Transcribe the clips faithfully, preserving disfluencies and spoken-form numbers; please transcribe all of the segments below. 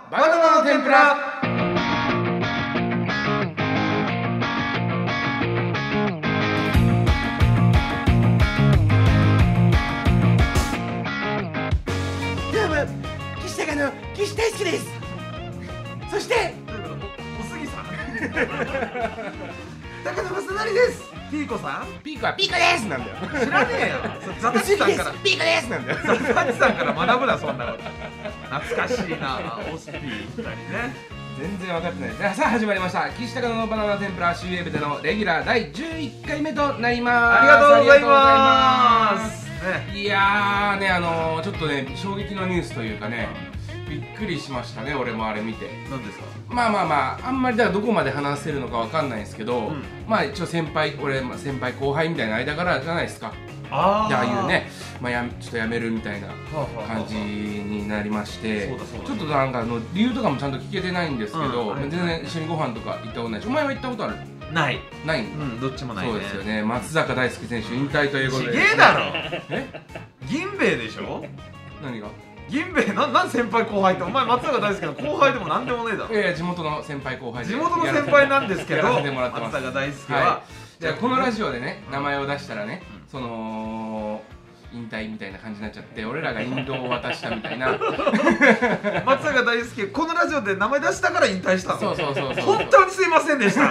バナナの天ぷら。 どうも、岸高の岸大輔です。そしてお杉さん高野正成です。 ピーコさん、 ピーコはピーコですなんだよ。 知らねえよ。ザタチさんからピーコですなんだよ。 ザタチさんから学ぶな、そんなこと。懐かしいな、オスピーみたいにね。 全然分かってないです。さあ始まりました、岸高野のバナナ天ぷら シーウェーブでのレギュラーだいじゅういっかいめとなります。 ありがとうございますね。 いやーね、あのー、ちょっとね衝撃のニュースというかね、びっくりしましたね、俺もあれ見て。 何ですか？ まあまあまあ、あんまりだからどこまで話せるのかわかんないんですけど、うん、まあ一応先輩、俺先輩後輩みたいな間柄じゃないですか。 あああいうね、まあ、やちょっとやめるみたいな感じになりまして、ちょっとなんかあの理由とかもちゃんと聞けてないんですけど、うん、全然一緒にご飯とか行ったことないし。お前は行ったことある？ ないない、 うん、どっちもないね。 そうですよね。松坂大輔選手引退ということで、 ちげえだろえ銀兵衛でしょ。 何が銀兵衛な、なん先輩後輩って、お前松坂大輔の後輩でもなんでもねえだろ。 いやいや、地元の先輩後輩で地元の先輩なんですけど、 松坂大輔は、 はい、じゃあこのラジオでね、名前を出したらね、うん、その引退みたいな感じになっちゃって、俺らが引導を渡したみたいな松坂大輔、このラジオで名前出したから引退したの。 そうそうそうそう、 本当にすいませんでした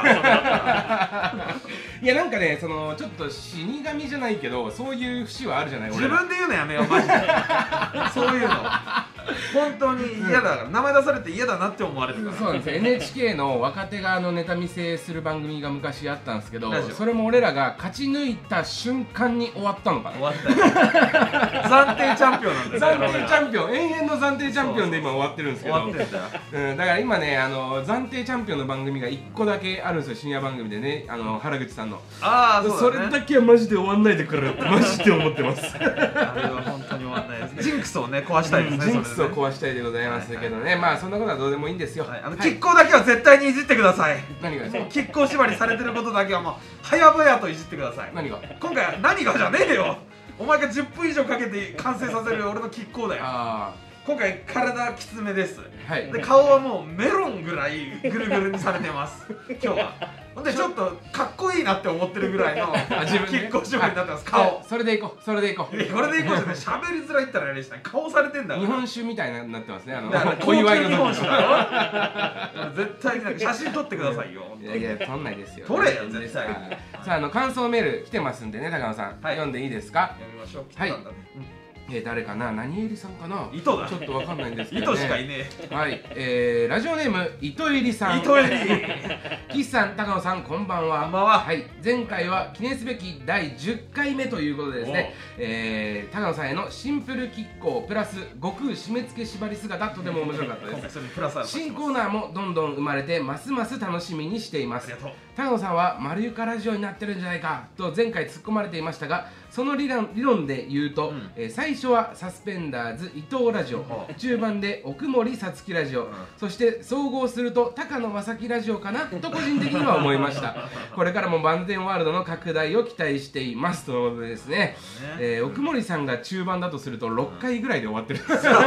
いや、なんかね、そのちょっと死神じゃないけど、そういう節はあるじゃない。 自分で言うのやめよう、マジでそういうの本当に嫌だから、うん、名前出されて嫌だなって思われてるから。 そうなんですよ。 エヌエイチケー の若手があのネタ見せする番組が昔あったんですけど、それも俺らが勝ち抜いた瞬間に終わったのかな。 終わったよ暫定チャンピオンなんだよ。 暫定チャンピオン、永遠の暫定チャンピオンで今終わってるんですけど、 終わってんだよ、 うん、だから今ね、あの暫定チャンピオンの番組がいっこだけあるんですよ、深夜番組でね、あの原口さんの。 ああ、そうだね、 それだけはマジで終わんないでくれってマジで思ってますあれは本当に終わんないです。ジンクスをね壊したいですね、 ジンクスを壊したいでございますけどね。まあそんなことはどうでもいいんですよ。 あの拮抗だけは絶対にいじってください。 何がですか？ 拮抗縛りされてることだけはもう早々といじってください。 何が？ 今回は何がじゃねえよ、お前がじゅっぷん以上かけて完成させる俺の拮抗だよ。あ今回体きつめです、はい、で顔はもうメロンぐらいぐるぐるにされてます今日は。ほんでちょっとかっこいいなって思ってるぐらいの拮抗縛りになってます、顔。 それでいこう、それでいこう。 これでいこうじゃない、喋りづらいったらあれした顔されてんだから。 日本酒みたいになってますね、あのお祝いの日本酒だろ絶対になんか写真撮ってくださいよ。 いやいや、撮んないですよ。 撮れよ絶対。 さあ、あの感想メール来てますんでね、高野さん、読んでいいですか？ 読みましょう。 はい。えー、誰かな、何えりさんかな、 糸だ、 ちょっとわかんないんですけど、ね、 糸しかいねえ。はい、えー、ラジオネーム糸えりさん。 糸えり岸さん、高野さん、こんばんは。 こんばんは。 はい、前回は記念すべきだいじゅっかいめということでですね、えー、高野さんへのシンプル拮抗プラス悟空締め付け縛り姿、とても面白かったです。新コーナーもどんどん生まれて、ますます楽しみにしています。高野さんは丸床ラジオになってるんじゃないかと前回突っ込まれていましたが、その理論理論で言うと、うん、えー、最初はサスペンダーズ伊藤ラジオ、中盤で奥森さつきラジオ、うん、そして総合すると高野正樹ラジオかなと個人的には思いましたこれからもバンデンワールドの拡大を期待していますということでですね、ね、えー、奥森さんが中盤だとするとろっかいぐらいで終わってるんですよ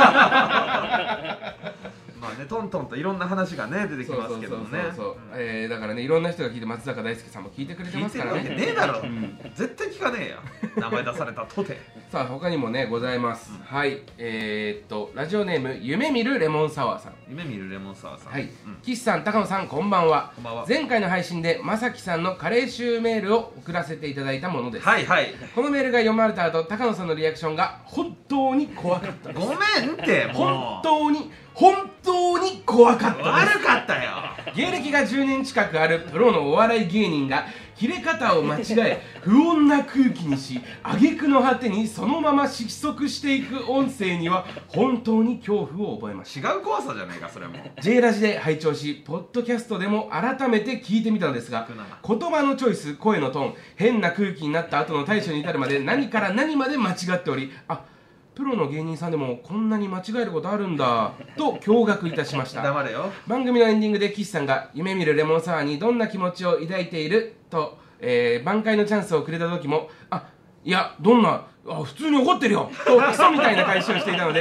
まあね、トントンといろんな話がね出てきますけどもね。 だからね、いろんな人が聞いて、松坂大輔さんも聞いてくれてますからね。 聞いてるわけねえだろ、うん、絶対聞かねえよ名前出されたとてさあ他にもねございます、うん、はい、えー、っとラジオネーム夢見るレモンサワーさん。 夢見るレモンサワーさん、 はい、うん、岸さん、高野さん、こんばんは。 こんばんは。 前回の配信で正樹さんのカレー臭メールを送らせていただいたものです。 はいはい。 このメールが読まれた後、高野さんのリアクションが本当に怖かったです。 ごめんってもう本当に本当に怖かったです。 悪かったよ。 芸歴がじゅうねん近くあるプロのお笑い芸人が切れ方を間違え不穏な空気にし、挙句の果てにそのまま失速していく音声には本当に恐怖を覚えました。 違う怖さじゃないかそれも。 J ラジで拝聴し、ポッドキャストでも改めて聞いてみたのですが、言葉のチョイス、声のトーン、変な空気になった後の対処に至るまで何から何まで間違っており、あ、プロの芸人さんでもこんなに間違えることあるんだと驚愕いたしました。 黙れよ。 番組のエンディングで岸さんが夢見るレモンサワーにどんな気持ちを抱いていると、えー、挽回のチャンスをくれた時も、あ、いや、どんな、あ、普通に怒ってるよとクソみたいな返しをしていたので、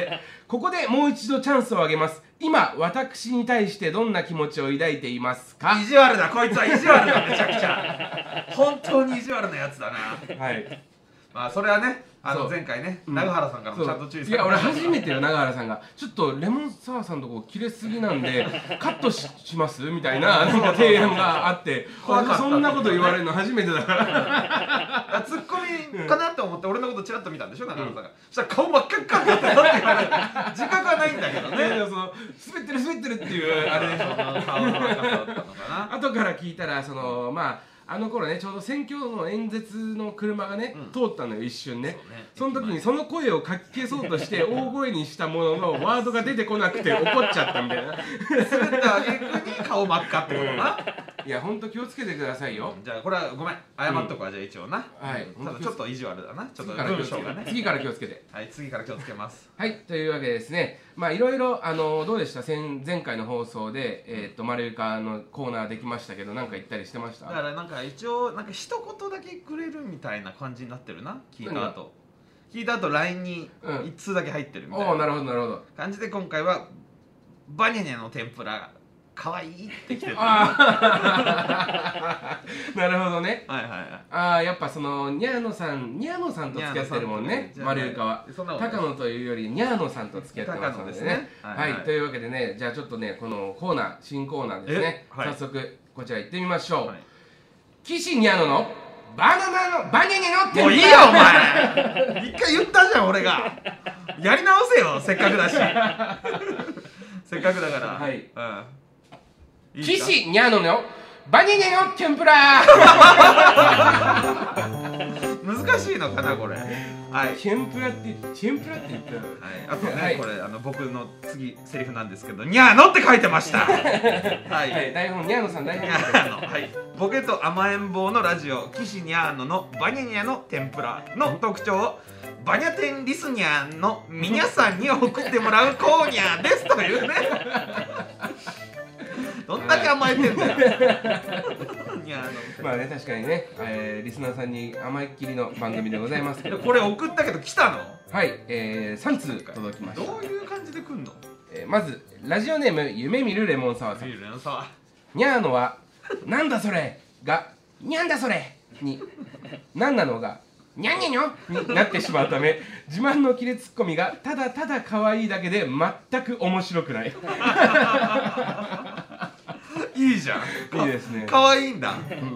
ここでもう一度チャンスをあげます。今私に対してどんな気持ちを抱いていますか？ 意地悪だ、こいつは意地悪だ、めちゃくちゃ本当に意地悪なやつだな。はい、まあそれはね、あの前回ね、永原さんからもちゃんと注意されて、 いや俺初めてよ、永原さんがちょっとレモンサワーさんとこ切れすぎなんでカット し, しますみたいななんか提案があってそんなこと言われるの初めてだからツッコミかなと思って俺のことチラッと見たんでしょ、永原さんが。そしたら顔真っ赤っかになって言われて、自覚はないんだけどね。 その滑ってる滑ってるっていうあれでしょ。顔の赤さだったのかな。後から聞いたらそのまああの頃ね、ちょうど選挙の演説の車がね、うん、通ったのよ、一瞬ね。 そ, ねその時にその声をかき消そうとして大声にしたもののワードが出てこなくて怒っちゃったみたいな。 滑ったあげくに顔真っ赤ってことな。 いや、ほんと気をつけてくださいよ。 じゃあこれはごめん、謝っとくわ、うん、じゃあ一応な。はい。ただちょっと意地悪だな。ちょっと文章がね。 次から気をつけて。 はい、次から気をつけます。 はい、というわけでですね、まあいろいろあのどうでした？前前回の放送でえっとマルユカのコーナーできましたけど、なんか言ったりしてました？ だからなんか一応なんか一言だけくれるみたいな感じになってるな。聞いた後、聞いた後 ライン に一通だけ入ってるみたいな、 うん、おー、なるほどなるほど感じで、今回はバニャニャの天ぷらかわいいってきてる。 なるほどね。 はいはいはい。 ああ、やっぱそのニャーノさん、ニャーノさんと付き合ってるもんね、マルユカは。高野というよりニャーノさんと付き合ってますのでね。はい、というわけでね、じゃあちょっとね、このコーナー、新コーナーですね、早速こちら行ってみましょう。岸ニャーノのバナナのバニャニャの天ぷら。 もういいよお前。一回言ったじゃん俺が。やり直せよ、せっかくだし。せっかくだから。はい。うん。 岸ニャーノのバニャニャの天ぷら。 難しいのかなこれ。はい。 天ぷらって天ぷらって言ったら。 はい。あとね、これあの僕の次セリフなんですけど、ニャーノって書いてました。はい。 台本ニャーノさん台本。 ニャーノ。はい。ボケと甘えん坊のラジオ岸ニャーノのバニャニャの天ぷらの特徴をバニャテンリスニャーの皆さんに送ってもらうコーニャーですというね。どんだけ甘えてんだよ。 まあね、確かにね、えー、リスナーさんに甘えっきりの番組でございますけど、 これ送ったけど来たの？ はい、えー、さん通届きました。 どういう感じで来んの？ えー、まずラジオネーム夢見るレモンサワーさん。ニャーノはなんだそれがにゃんだそれになんなのがにゃんにゃにょになってしまうため、自慢のキレツッコミがただただ可愛いだけで全く面白くない。 いいじゃん。 いいですね。 可愛いんだ。うん。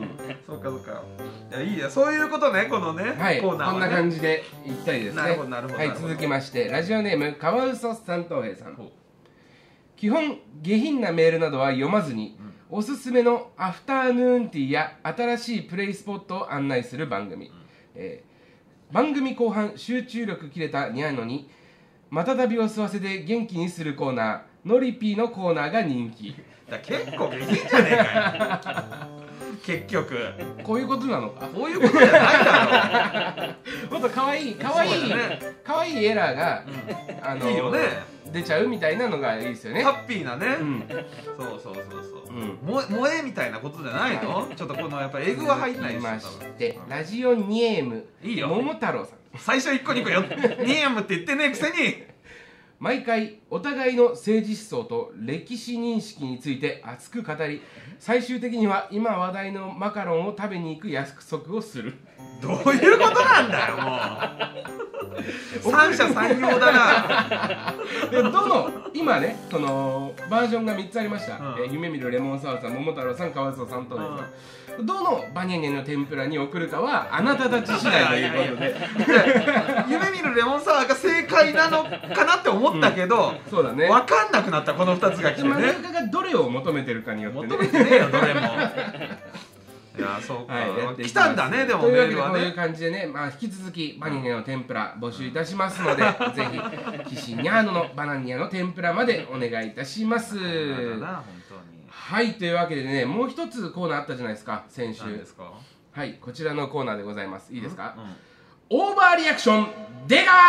そうかそうか。いや、いいや、そういうことね、このね。 はい。 コーナーはね、 こんな感じでいったりですね。 なるほどなるほど。 はい、続きましてラジオネームカワウソ三等兵さん。基本下品なメールなどは読まずに、うん、おすすめのアフターヌーンティーや新しいプレイスポットを案内する番組。うん、えー、番組後半集中力切れたニャーノにまたたびを吸わせて元気にするコーナー、ノリピーのコーナーが人気。 だ結構下品じゃねえかよ。結局こういうことなのか。 こういうことじゃないだろう。もっと可愛い可愛い可愛いエラーが、うん、あのいいよね、 出ちゃうみたいなのがいいですよね。 ハッピーなね、うん、そうそうそうそう、うん、萌え萌えみたいなことじゃないの？ちょっとこのやっぱエグは入んないでしょ。 ましてラジオニエームいいよ桃太郎さん。 最初いっこにこよニエームって言ってねえくせに。 毎回お互いの政治思想と歴史認識について熱く語り、最終的には今話題のマカロンを食べに行く約束をする。 どういうことなんだよもう。三者三様だな。 でどの今ね、そのバージョンがみっつありました、うん、え夢見るレモンサワーさん、桃太郎さん、カワウソさんとですね、うん、どのバニャニャの天ぷらに送るかはあなたたち次第ということで。 夢見るレモンサワーが正解なのかなって思ったけど、うん、そうだね、分かんなくなった。このふたつが来てね、 マルユカがどれを求めてるかによってね。 求めてねえよどれも。いやそうか、はい、来たんだね。でもというわけでこういう感じでね、まあ、引き続きバニャニャの天ぷら募集いたしますので、ぜひ岸ニャーノのバナニャの天ぷらまでお願いいたします。はい、というわけでね、もう一つコーナーあったじゃないですか、先週。ですか？はい、こちらのコーナーでございます。いいですか？うんうん、オーバーリアクション出川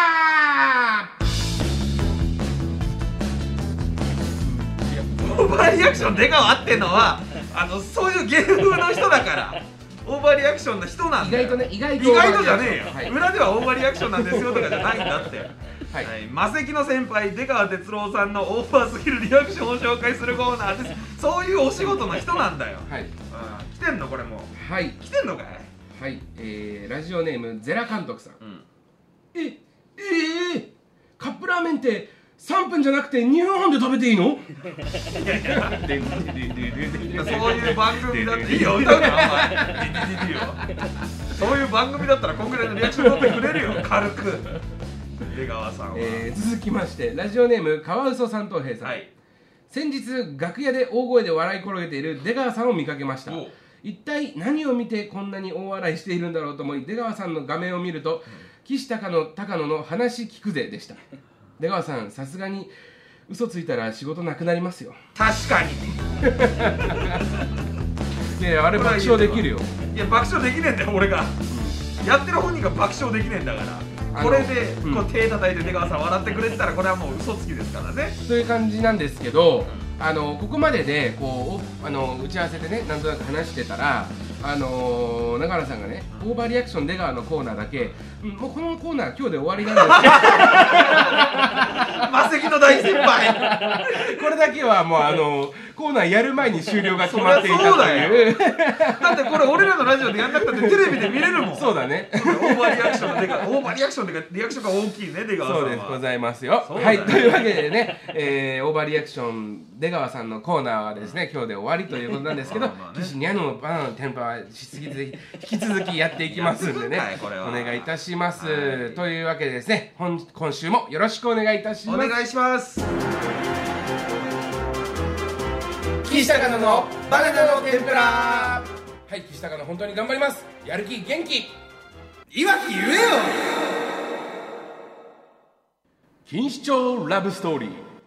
ー。 オーバーリアクション出川ってのはあのそういう芸風の人だから。オーバーリアクションの人なんだよ。 意外とね、意外と意外とじゃねえよ、はい、裏ではオーバーリアクションなんですよとかじゃないんだって。 はいはい、魔石の先輩出川哲朗さんのオーバーすぎるリアクションを紹介するコーナーです。そういうお仕事の人なんだよ。はい、うん、来てんのこれもう。はい、来てんのかい。 はい、えー、ラジオネームゼラ監督さん、うん、ええー、カップラーメンってさんぷんじゃなくてにふんはんで食べていいの？いやいやそういう番組だっていいよ、歌うなお前そういう番組だったらこんぐらいのリアクション取ってくれるよ軽く。出川さんは、 えー、続きましてラジオネームカワウソ三等兵さん、はい、先日楽屋で大声で笑い転げている出川さんを見かけました。一体何を見てこんなに大笑いしているんだろうと思い出川さんの画面を見ると、うん、岸高野高野の話聞くぜでした。出川さん、さすがに嘘ついたら仕事なくなりますよ。 確かにいやいや、あれ爆笑できるよ。 いや爆笑できねえんだよ俺が、うん、やってる本人が爆笑できねえんだから、これでこう手叩いて出川さん笑ってくれてたらこれはもう嘘つきですからね。 そういう感じなんですけど、あのここまででこうあの打ち合わせでねなんとなく話してたら、あのー、永原さんがねオーバーリアクション出川のコーナーだけ、うん、もうこのコーナー今日で終わりなんですけど魔石の大先輩これだけはもうあのコーナーやる前に終了が決まっていたというだってこれ俺らのラジオでやんなくたってテレビで見れるもん。 そうだね、 オーバーリアクションの出川、オーバーリアクションでリアクションが大きいね出川さんは。 そうですございますよ。はい、というわけでね、えー、オーバーリアクション出川さんのコーナーはですね今日で終わりということなんですけど、岸にゃのバナナの天ぷらは引き続きやっていきますんでねお願いいたします、はい、というわけでですね今週もよろしくお願いいたします。 お願いします。 岸高野のバナナの天ぷら。はい、岸高野本当に頑張ります。やる気元気いわき言えよ。錦糸町ラブストーリー。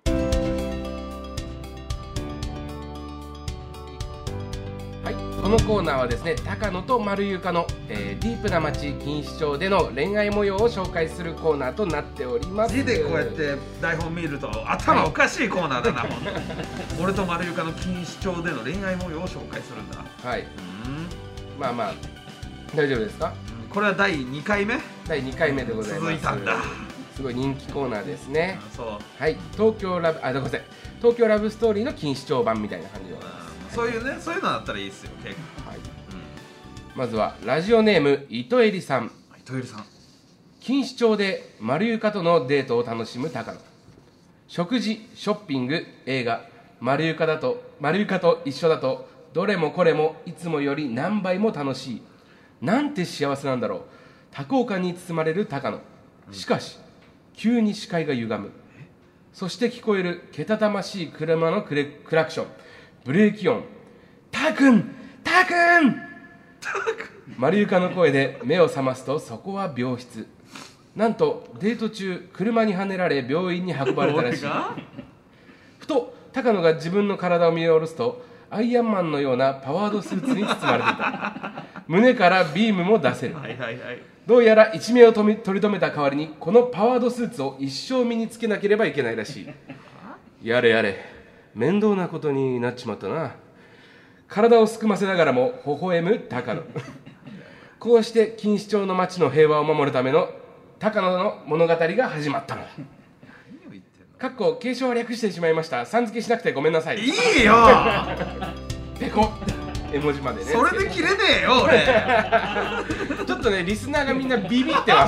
はい、このコーナーはですね高野と丸ゆかの、えー、ディープな街錦糸町での恋愛模様を紹介するコーナーとなっております。 字でこうやって台本見ると頭おかしいコーナーだな、はい、俺と丸ゆかの錦糸町での恋愛模様を紹介するんだ。 はい、うん、まあまあ大丈夫ですか。 これはだいにかいめだいにかいめでございます。 続いたんだ。 すごい人気コーナーですね。 そう、 はい、東京ラブあごめんなさい東京ラブストーリーの錦糸町版みたいな感じでございます。 そういうね、そういうのだったらいいですよ結構。はい、うん、 まずはラジオネーム糸えりさん。 糸えりさん、 錦糸町で丸ゆかとのデートを楽しむ高野。食事、ショッピング、映画、丸ゆかだと丸ゆかと一緒だとどれもこれもいつもより何倍も楽しい。なんて幸せなんだろう。多幸感に包まれる高野。しかし急に視界が歪む。そして聞こえるけたたましい車のクレクラクション、ブレーキ音。たくんたくん丸ゆかの声で目を覚ますとそこは病室。なんとデート中車にはねられ病院に運ばれたらしい。ふと高野が自分の体を見下ろすとアイアンマンのようなパワードスーツに包まれていた。胸からビームも出せる。はいはいはい、どうやら一命を取り留めた代わりにこのパワードスーツを一生身につけなければいけないらしい。やれやれ面倒なことになっちまったな。体をすくませながらも微笑む高野。こうして錦糸町の町の平和を守るための高野の物語が始まったのだ。かっこ継承は略してしまいました。さん付けしなくてごめんなさい。 いいよペコ絵文字までね。 それで切れねえよ俺ちょっとねリスナーがみんなビビってます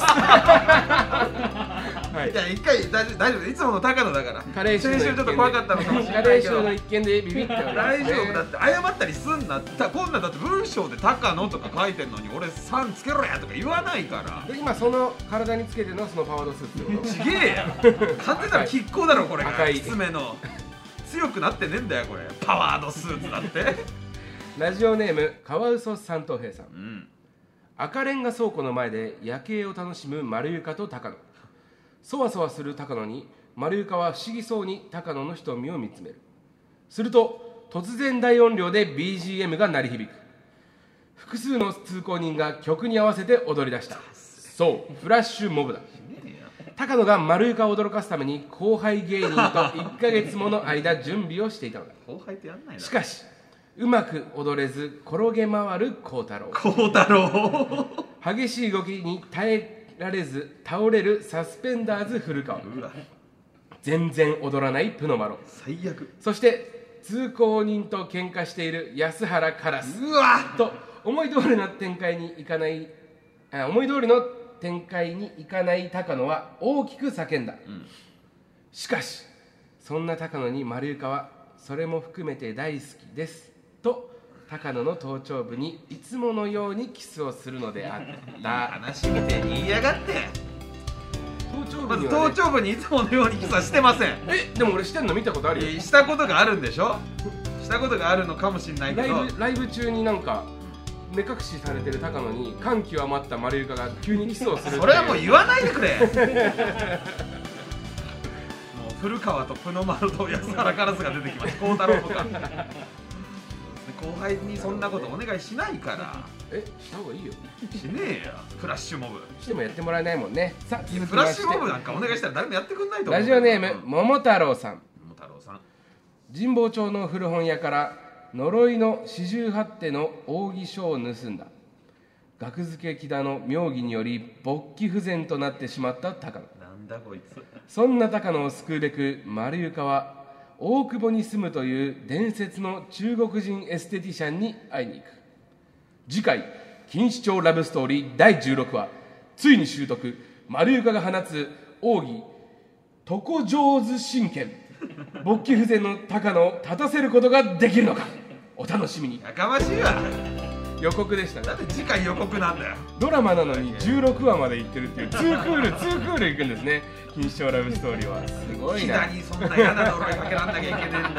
はい、じゃあ一回大丈夫大丈夫いつもの高野だから。 カレー臭の先週ちょっと怖かったのかもしれないけどカレー臭の一件でビビっております、ね、 大丈夫だって謝ったりすんなって。こんなだって文章で高野とか書いてんのに俺さんつけろやとか言わないから。 で今その体につけてるのはそのパワードスーツってことちげえや完全なら拮抗だろこれが。きつめの強くなってねえんだよこれパワードスーツだってラジオネームカワウソ三等兵さん、うん、赤レンガ倉庫の前で夜景を楽しむ丸ゆかと高野。そわそわする高野に丸ゆかは不思議そうに高野の瞳を見つめる。すると突然大音量で ビージーエム が鳴り響く。複数の通行人が曲に合わせて踊り出した。そうフラッシュモブだ。高野が丸ゆかを驚かすために後輩芸人といっかげつもの間準備をしていたのだ。 後輩ってやんないな。 しかしうまく踊れず転げ回る孝太郎。 孝太郎激しい動きに耐えられず倒れるサスペンダーズ古川、全然踊らないプノマロ、 最悪。 そして通行人と喧嘩している安原カラスうわと思い通りの展開にいかないあ思い通りの展開にいかない高野は大きく叫んだ、うん、しかしそんな高野に丸床はそれも含めて大好きですと高野の頭頂部にいつものようにキスをするのであった。 話みてえに言いやがって。 頭頂部には、ね、 まず頭頂部にいつものようにキスはしてません。 えでも俺してんの見たことあるよ。 したことがあるんでしょ。したことがあるのかもしれないけど、 ライブ、ライブ中になんか目隠しされてる高野に感極まった丸床が急にキスをする。 それはもう言わないでくれ。もう古川とプノマロと安原カラスが出てきます。孝太郎とか後輩にそんなことお願いしないから。 え、した方がいいよ。 しねえよ。フラッシュモブしてもやってもらえないもんね。さあ続きまして、 フラッシュモブなんかお願いしたら誰もやってくんないと思う。 ラジオネーム桃太郎さん。 桃太郎さん、 神保町の古本屋から呪いの四十八手の扇書を盗んだ。額付け木田の妙義により勃起不全となってしまった高野。 なんだこいつ。 そんな高野を救うべく丸床は大久保に住むという伝説の中国人エステティシャンに会いに行く。次回錦糸町ラブストーリーだいじゅうろくわ、ついに習得、丸床が放つ奥義床上手神拳、勃起不全の高野を立たせることができるのか。お楽しみに。 やかましいわ。 予告でしたね。 だって次回予告なんだよ。 ドラマなのにじゅうろくわまでいってるっていうツークールツークールいくんですね。錦糸町ラブストーリーはすごいな。 木田にそんな嫌な呪いかけらんなきゃいけねえんだよ。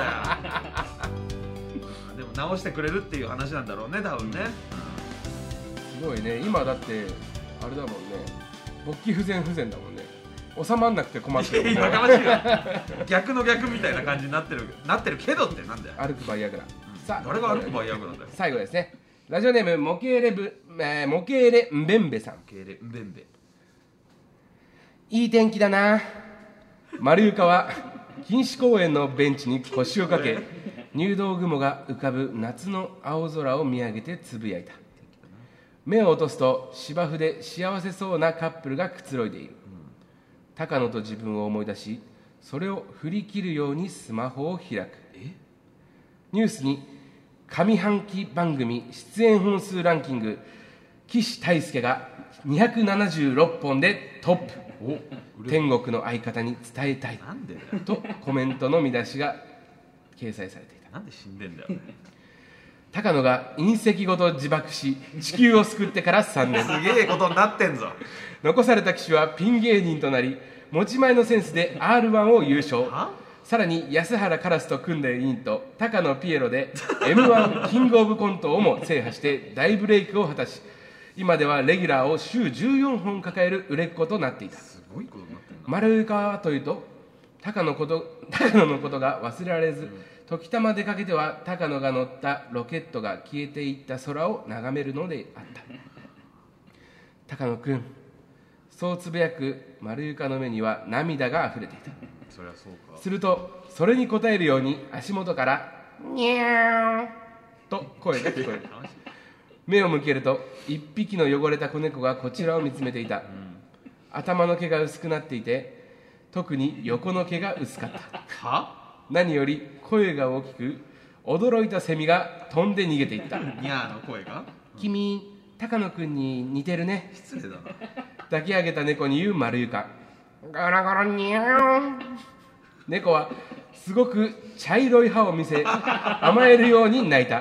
でも直してくれるっていう話なんだろうね、多分ね、 うん、すごいね。今だってあれだもんね、勃起不全不全だもんね。収まんなくて困ってるもんね。 やかましいわ。逆の逆みたいな感じになってるなってるけどってなんだよ。 歩くバイアグラ、うん、さあ誰が歩くバイアグラだよ。 最後ですね。ラジオネームモケーレブ、えー、モケーレンベンベさん。モケーレンベンベ。 いい天気だな。丸床は錦糸公園のベンチに腰をかけ、入道雲が浮かぶ夏の青空を見上げてつぶやいた。目を落とすと芝生で幸せそうなカップルがくつろいでいる。高野と自分を思い出し、それを振り切るようにスマホを開く。ニュースに上半期番組出演本数ランキング、岸大輔がにひゃくななじゅうろっぽんでトップ。天国の相方に伝えたいなんでだよとコメントの見出しが掲載されていた。 なんで死んでんだよ。 高野が隕石ごと自爆し地球を救ってからさんねん。 すげえことになってんぞ。 残された騎手はピン芸人となり、持ち前のセンスで アールワン を優勝。さらに安原カラスと組んでいいと高野ピエロで エムワン キングオブコントをも制覇して大ブレイクを果たし、今ではレギュラーを週じゅうよんほん抱える売れっ子となっていた。 すごいことになってんだ。 丸川というと高野こと高野のことが忘れられず、うん、時たま出かけては高野が乗ったロケットが消えていった空を眺めるのであった。高野くん、そうつぶやく丸床の目には涙があふれていた。 そりゃそうか。 するとそれに応えるように足元からニャーと声が聞こえる。目を向けると一匹の汚れた子猫がこちらを見つめていた、うん、頭の毛が薄くなっていて、特に横の毛が薄かった。 は？ 何より声が大きく、驚いたセミが飛んで逃げていった。 ニャーの声が、 うん、君高野くんに似てるね。 失礼だな。 抱き上げた猫に言う丸床。ガラガラニャー。猫はすごく茶色い歯を見せ甘えるように泣いた。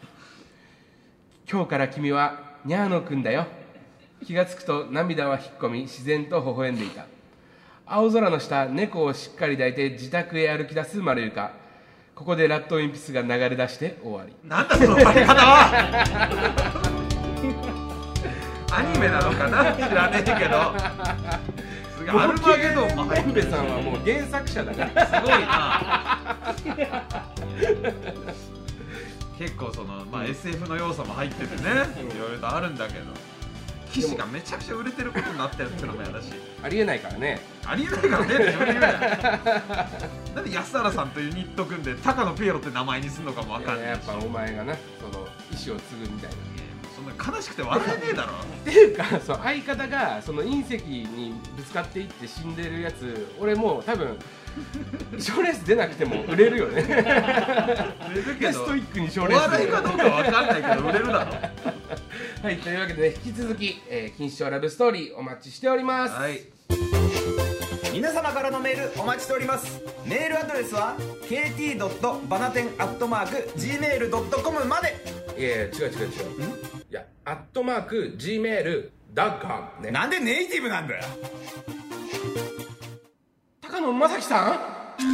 今日から君はニャーノくんだよ。気がつくと涙は引っ込み、自然と微笑んでいた。青空の下、猫をしっかり抱いて自宅へ歩き出す丸床。ここでラッドウィンピスが流れ出して終わり。 なんだその終わり方は。アニメなのかな、知らねえけど。アルマゲドンも入ってる。 さんはもう原作者だからすごいな。結構その、まあ、エスエフ の要素も入っててね、いろいろとあるんだけど、騎士がめちゃくちゃ売れてることになってるってのもやだし、 ありえないからね。 ありえないからねって自分で言うじゃん。なんで安原さんとユニット組んで高野ピエロって名前にするのかもわかんないし、 やっぱお前がな、その意思を継ぐみたいな。 そんな悲しくて笑えねえだろっていうか、そう、相方がその隕石にぶつかっていって死んでるやつ、俺もう多分賞レース出なくても売れるよね。 売れるけどストイックに賞レースお笑いかどうかわかんないけど売れるだろ。 はい、というわけで、ね、引き続き、えー、錦糸町ラブストーリーお待ちしております。 はい、 皆様からのメールお待ちしております。メールアドレスは ケーティードットバナテンアットマークジーメールドットコム まで。 いやいや、違う違う違う。いや、アットマーク ジーメールドットコム ね。 なんでネイティブなんだよ。 高野正樹さん。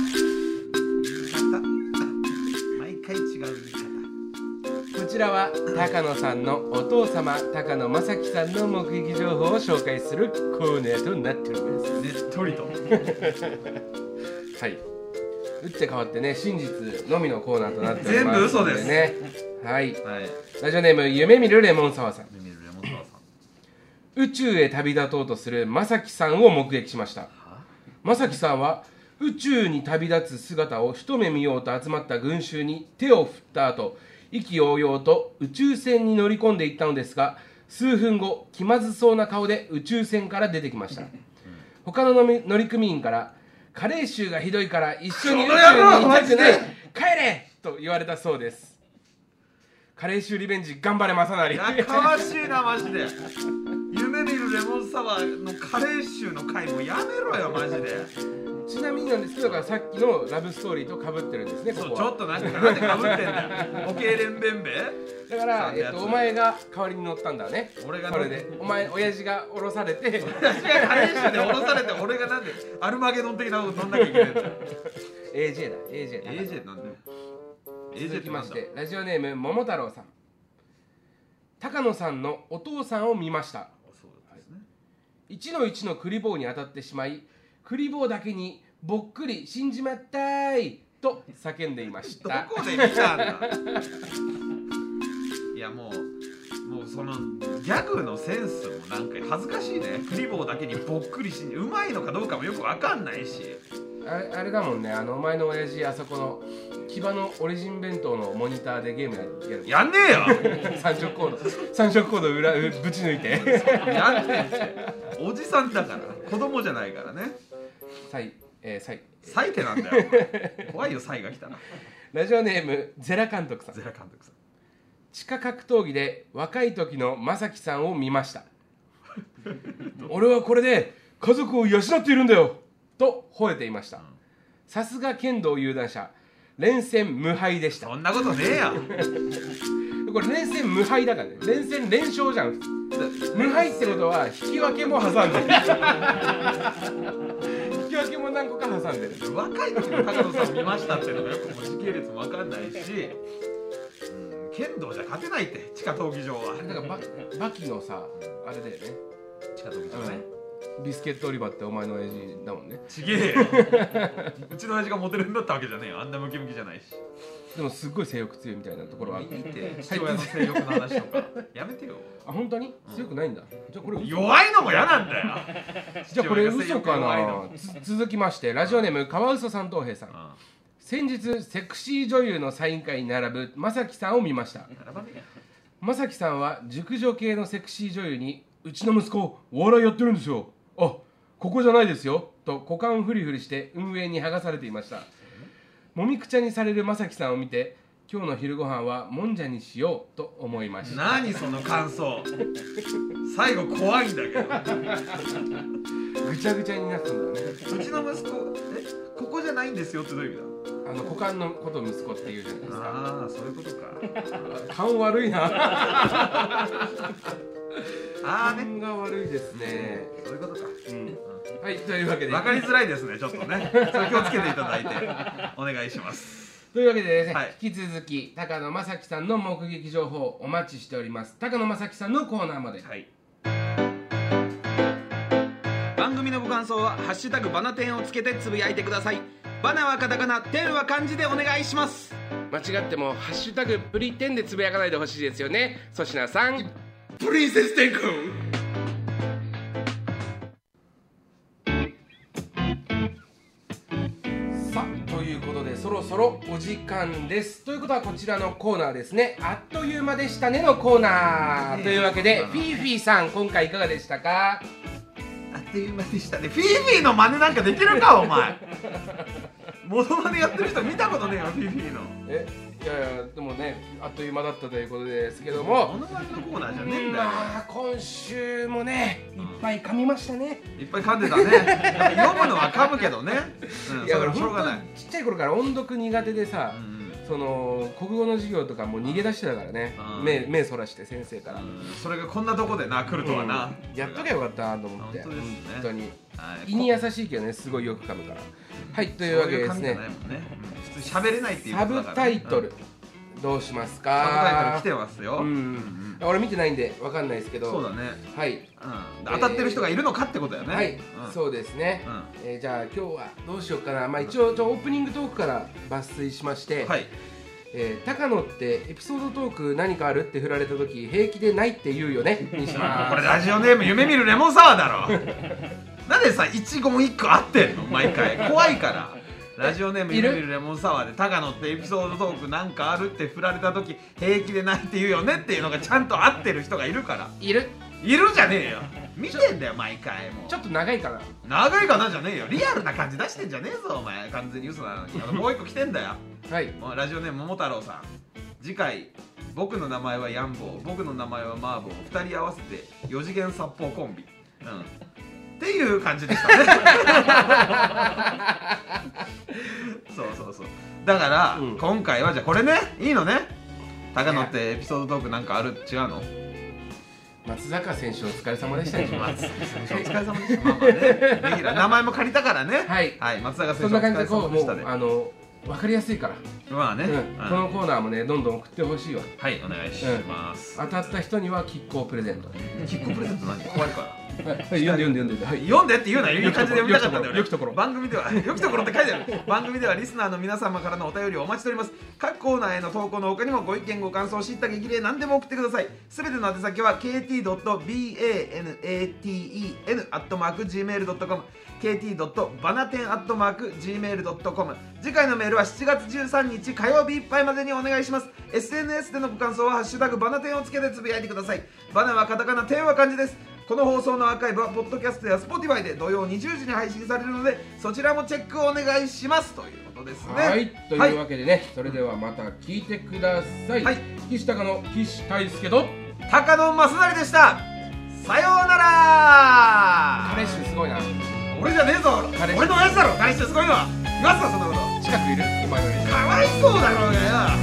毎回違う言い方。 こちらは高野さんのお父様高野正樹さんの目撃情報を紹介するコーナーとなっております。 ねっとりと。 はい。打って変わってね、真実のみのコーナーとなっております。 全部嘘ですね。はい。 はい、 ラジオネーム夢見るレモンサワーさん。 夢見るレモンサワーさん。 宇宙へ旅立とうとする正樹さんを目撃しました。正樹さんは宇宙に旅立つ姿を一目見ようと集まった群衆に手を振った後、意気揚々と宇宙船に乗り込んでいったのですが、数分後気まずそうな顔で宇宙船から出てきました。他の乗組員から加齢臭がひどいから一緒に宇宙に行きたくない、帰れと言われたそうです。加齢臭リベンジ頑張れ正成。 やかましいなマジで。夢見るレモンサワーの加齢臭の回もやめろよマジで。 ちなみになんですけど、さっきのラブストーリーと被ってるんですね。 そう、 ここはちょっとなんかなんで被ってんだよ。おけいれんべんべだから、えっと、お前が代わりに乗ったんだね。 俺がそれでお前親父が降ろされて私が加齢臭で降ろされて、俺がなんでアルマゲドン的なこと乗んなきゃいけないんだよ。 エージェー だ エージェー だエージェー なんだよ。 エージェー続ってなんだ。 きましてラジオネーム桃太郎さん。高野さんのお父さんを見ました。 そうですね。 いちのいちのクリボーに当たってしまい、クリボーだけにぼっくり死んじまったーいと叫んでいましどた。 こで見たんだ。いやもうもうそのギャグのセンスもなんか恥ずかしいね。クリボーだけにぼっくり死んでうまいのかどうかもよくわかんないし。 あれ、あれだもんね、あのお前の親父あそこの木場のオリジン弁当のモニターでゲームやるやんねえよ。 三色コード三色コード裏ぶち抜いてやんねえって。おじさんだから子供じゃないからね。 サイ、えー、サイサイってなんだよ。怖いよサイが来たら。 ラジオネームゼラ監督さん。 ゼラ監督さん。 地下格闘技で若い時の正樹さんを見ました。俺はこれで家族を養っているんだよと吠えていました。さすが剣道有段者、連戦無敗でした。 そんなことねえや。 これ連戦無敗だからね。連戦連勝じゃん。無敗ってことは引き分けも挟んでる。引き分けも何個か挟んでる。 若い時の高野さんを見ましたっていうのがよくもう時系列も分かんないし、うん、剣道じゃ勝てないって地下闘技場は。 あれだからババキのさ、あれだよね。 地下闘技場ね。 ビスケット売り場ってお前の親父だもんね。 ちげえよ。うちの親父がモデルになったわけじゃねえよ。あんなムキムキじゃないし。 でもすっごい性欲強いみたいなところは見て父親の性欲の話とかやめてよ。 あ、本当に強くないんだ。じゃあこれ弱いのも嫌なんだよ。 じゃあこれ嘘かな。続きましてラジオネームカワウソ三等兵さん。先日セクシー女優のサイン会に並ぶ正樹さんを見ました。正樹さんは熟女系のセクシー女優に、うちの息子お笑いやってるんですよ、あ、ここじゃないですよと股間フリフリして運営に剥がされていました。もみくちゃにされる正樹さんを見て、今日の昼ご飯はもんじゃにしようと思いました。 何その感想。最後怖いんだけど。 ぐちゃぐちゃになったんだよね。 うちの息子、え、ここじゃないんですよってどういう意味だ。 あの股間のことを息子って言うじゃないですか。 ああ、そういうことか。 勘悪いな。 ああね。 勘が悪いですね。 そういうことか。 うん。はい、というわけで分かりづらいですね、ちょっとね。それ気をつけていただいてお願いします。 というわけでですね、 はい、 引き続き高野正樹さんの目撃情報お待ちしております。高野正樹さんのコーナーまで。 はい。番組のご感想はハッシュタグバナテンをつけてつぶやいてください。バナはカタカナ、テンは漢字でお願いします。 間違ってもハッシュタグプリテンでつぶやかないでほしいですよね。粗品さん。 プリンセステン君。 さあ、ということでそろそろろお時間です。ということはこちらのコーナーですね、あっという間でしたねのコーナーというわけで、フィーフィーさん今回いかがでしたか？ あっという間でしたね。フィーフィーの真似なんかできるかお前。モノマネやってる人見たことねえよ、フィーフィーの。 え、いやいや、でもね、あっという間だったということですけども、 モノマネのコーナーじゃねえんだよ。 まあ今週もね、いっぱい噛みましたね。 いっぱい噛んでたね。読むのは噛むけどね。 いや、俺しょうがない。ちっちゃい頃から音読苦手でさ、その国語の授業とかも逃げ出してたからね、目目そらして先生から。 それがこんなとこでな来るとはな。 やっとけばよかったと思って。 本当に。胃に優しいけどね、すごいよく噛むから。はい、というわけでですね。 普通喋れないっていうサブタイトルどうしますか？ サブタイトル来てますよ。 俺見てないんでわかんないですけど。 そうだね。 はい。 当たってる人がいるのかってことだよね。 はい。そうですね。じゃあ今日はどうしようかな。まあ一応オープニングトークから抜粋しまして。はい。えー、高野ってエピソードトーク何かあるって振られた時平気でないって言うよねにします。 これラジオネーム夢見るレモンサワーだろ。なんでさ一言一個合ってんの毎回怖いから。ラジオネーム夢見るレモンサワーで高野ってエピソードトークなんかあるって振られた時平気でないって言うよねっていうのがちゃんと合ってる人がいるから。 いるいるじゃねえよ。見てんだよ毎回。もうちょっと長いかな。 長いかなじゃねえよ。リアルな感じ出してんじゃねえぞお前。完全に嘘なのに。もう一個来てんだよ。はい。ラジオネーム桃太郎さん。次回僕の名前はヤンボー、僕の名前はマーボー、二人合わせて四次元殺法コンビ、うん、っていう感じでしたね。そうそうそう。だから、うん、今回はじゃあこれね、いいのね。高野ってエピソードトークなんかある？違うの？ 松坂選手お疲れ様でしたね。 松坂選手お疲れ様でした。まあまあね、レギュラー名前も借りたからね。はい、はい、松坂選手お疲れ様でしたね。 あの分かりやすいから。まあね、このコーナーもねどんどん送ってほしいわ。 はい、お願いします。 当たった人にはキッコープレゼント。 キッコープレゼント何？怖いから。 読んで読んで読んで読んでって言うな。いい感じで読みたかったんだよ。よきところ。番組ではよきところって書いてある。番組ではリスナーの皆様からのお便りをお待ちしております。各コーナーへの投稿の他にもご意見ご感想知った激励何でも送ってください。すべての宛先は ケーティードットバナテン アットマーク ジーメールドットコム ケーティードットバナテン アットマーク ジーメールドットコム。 次回のメールはしちがつじゅうさんにち火曜日いっぱいまでにお願いします。 エスエヌエス でのご感想はハッシュタグバナテンをつけてつぶやいてください。バナはカタカナ、テンは漢字です。この放送のアーカイブはポッドキャストや Spotify で土曜にじゅうじに配信されるのでそちらもチェックお願いしますということですね。 はい、というわけでね、はい、それではまた聞いてください。はい、岸高の岸大輔と高野正成でした。さようなら。 彼氏すごいな。 俺じゃねえぞ。俺の親父だろ彼氏すごいのは。言わすなそんなこと。 近くいるお前より。 かわいそうだろうがよ。